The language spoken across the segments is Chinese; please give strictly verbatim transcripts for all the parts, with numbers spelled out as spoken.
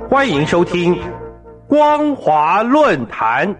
欢迎收听光华论坛。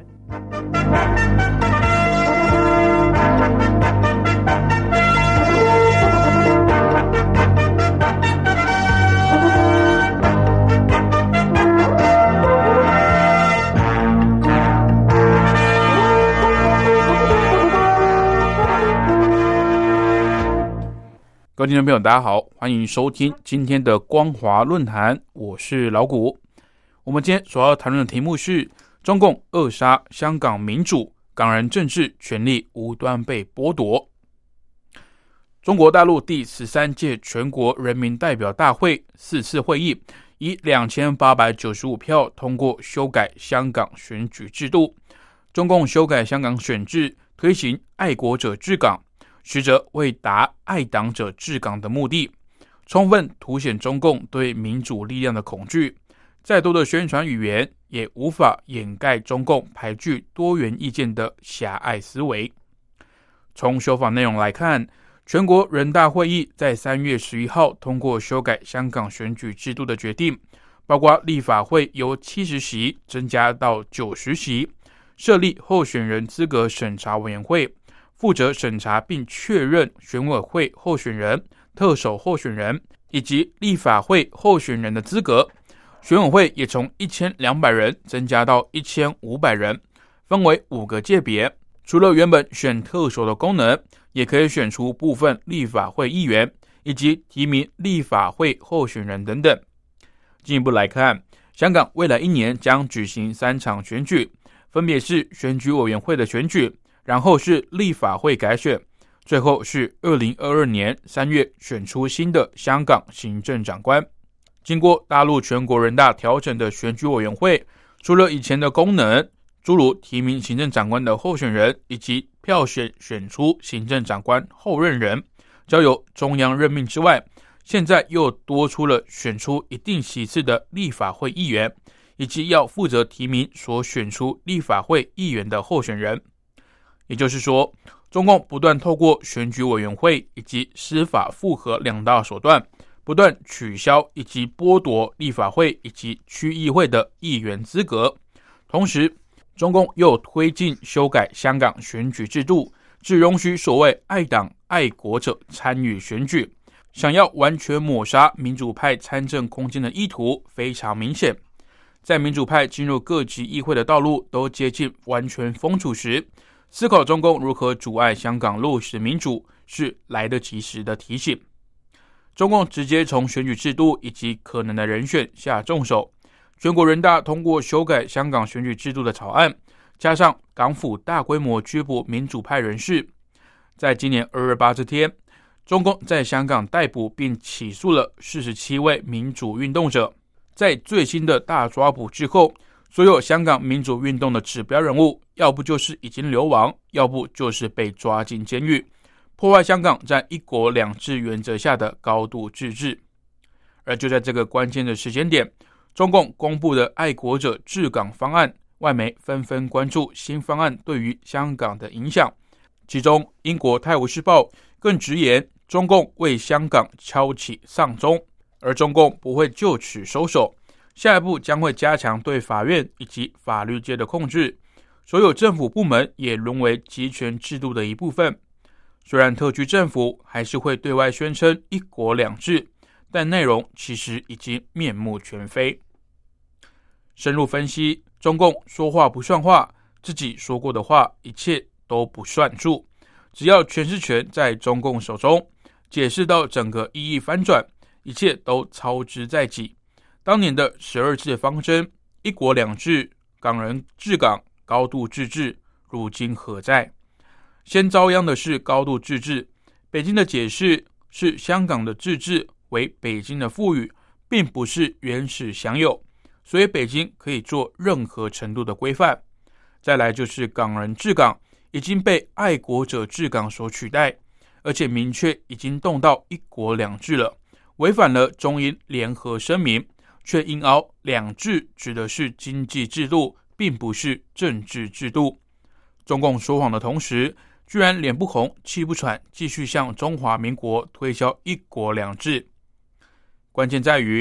各位听众朋友大家好，欢迎收听今天的光华论坛，我是老谷。我们今天所要谈论的题目是中共扼杀香港民主，港人政治权利无端被剥夺。中国大陆第十三届全国人民代表大会四次会议以两千八百九十五票通过修改香港选举制度。中共修改香港选制，推行爱国者治港，实则为达爱党者治港的目的，充分凸显中共对民主力量的恐惧。再多的宣传语言也无法掩盖中共排拒多元意见的狭隘思维。从修法内容来看，全国人大会议在三月十一号通过修改香港选举制度的决定，包括立法会由七十席增加到九十席，设立候选人资格审查委员会，负责审查并确认选委会候选人、特首候选人以及立法会候选人的资格。选委会也从一千两百人增加到一千五百人，分为五个界别。除了原本选特首的功能，也可以选出部分立法会议员以及提名立法会候选人等等。进一步来看，香港未来一年将举行三场选举，分别是选举委员会的选举，然后是立法会改选，最后是二零二二年三月选出新的香港行政长官。经过大陆全国人大调整的选举委员会，除了以前的功能，诸如提名行政长官的候选人以及票选选出行政长官后任人，交由中央任命之外，现在又多出了选出一定席次的立法会议员，以及要负责提名所选出立法会议员的候选人。也就是说，中共不断透过选举委员会以及司法复核两大手段，不断取消以及剥夺立法会以及区议会的议员资格。同时，中共又推进修改香港选举制度，只容许所谓爱党爱国者参与选举，想要完全抹杀民主派参政空间的意图非常明显。在民主派进入各级议会的道路都接近完全封堵时，思考中共如何阻碍香港落实民主是来得及时的提醒。中共直接从选举制度以及可能的人选下重手，全国人大通过修改香港选举制度的草案，加上港府大规模拘捕民主派人士。在今年二二八这天，中共在香港逮捕并起诉了四十七位民主运动者。在最新的大抓捕之后，所有香港民主运动的指标人物，要不就是已经流亡，要不就是被抓进监狱，破坏香港在一国两制原则下的高度自治。而就在这个关键的时间点，中共公布的爱国者治港方案，外媒纷纷关注新方案对于香港的影响。其中英国泰晤士报更直言，中共为香港敲起丧钟，而中共不会就此收手，下一步将会加强对法院以及法律界的控制，所有政府部门也沦为集权制度的一部分。虽然特区政府还是会对外宣称一国两制，但内容其实已经面目全非。深入分析，中共说话不算话，自己说过的话一切都不算数，只要诠释权在中共手中，解释到整个意义翻转，一切都操之在己。当年的十二字方针，一国两制，港人治港，高度自治，如今何在？先遭殃的是高度自治，北京的解释是香港的自治为北京的赋予，并不是原始享有，所以北京可以做任何程度的规范。再来就是港人治港已经被爱国者治港所取代，而且明确已经动到一国两制了，违反了中英联合声明，却硬凹两制指的是经济制度，并不是政治制度。中共说谎的同时，居然脸不红气不喘，继续向中华民国推销一国两制。关键在于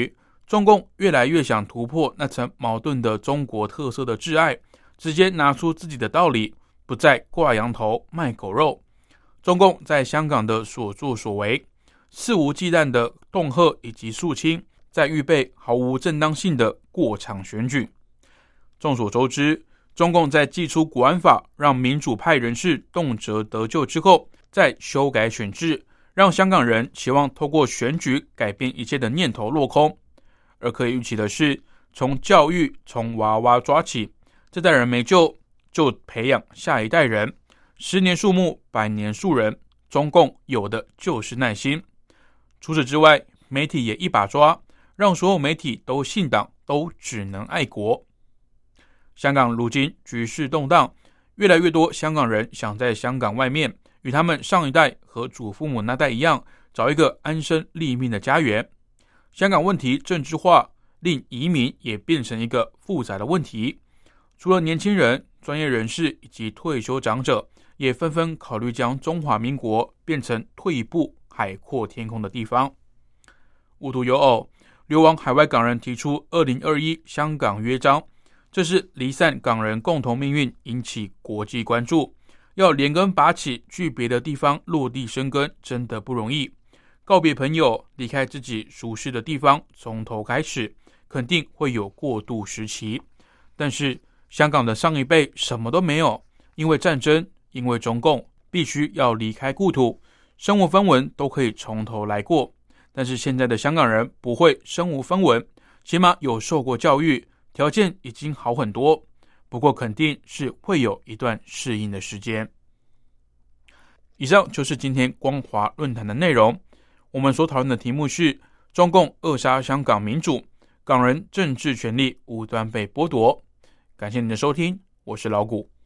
中共越来越想突破那层矛盾的中国特色的挚爱，直接拿出自己的道理，不再挂羊头卖狗肉。中共在香港的所作所为，肆无忌惮的恫吓以及肃清，在预备毫无正当性的过场选举。众所周知，中共在祭出国安法，让民主派人士动辄得咎之后，再修改选制，让香港人期望透过选举改变一切的念头落空。而可以预期的是，从教育从娃娃抓起，这代人没救，就培养下一代人。十年树木，百年树人，中共有的就是耐心。除此之外，媒体也一把抓，让所有媒体都信党，都只能爱国。香港如今局势动荡，越来越多香港人想在香港外面与他们上一代和祖父母那代一样，找一个安身立命的家园。香港问题政治化，令移民也变成一个复杂的问题。除了年轻人、专业人士以及退休长者，也纷纷考虑将中华民国变成退一步海阔天空的地方。无独有偶，流亡海外港人提出二零二一香港约章，这是离散港人共同命运，引起国际关注。要连根拔起，去别的地方落地生根，真的不容易。告别朋友，离开自己熟悉的地方，从头开始，肯定会有过渡时期。但是香港的上一辈什么都没有，因为战争，因为中共，必须要离开故土，身无分文都可以从头来过。但是现在的香港人不会身无分文，起码有受过教育，条件已经好很多，不过肯定是会有一段适应的时间。以上就是今天光华论坛的内容。我们所讨论的题目是中共扼杀香港民主，港人政治权利无端被剥夺。感谢您的收听，我是老谷。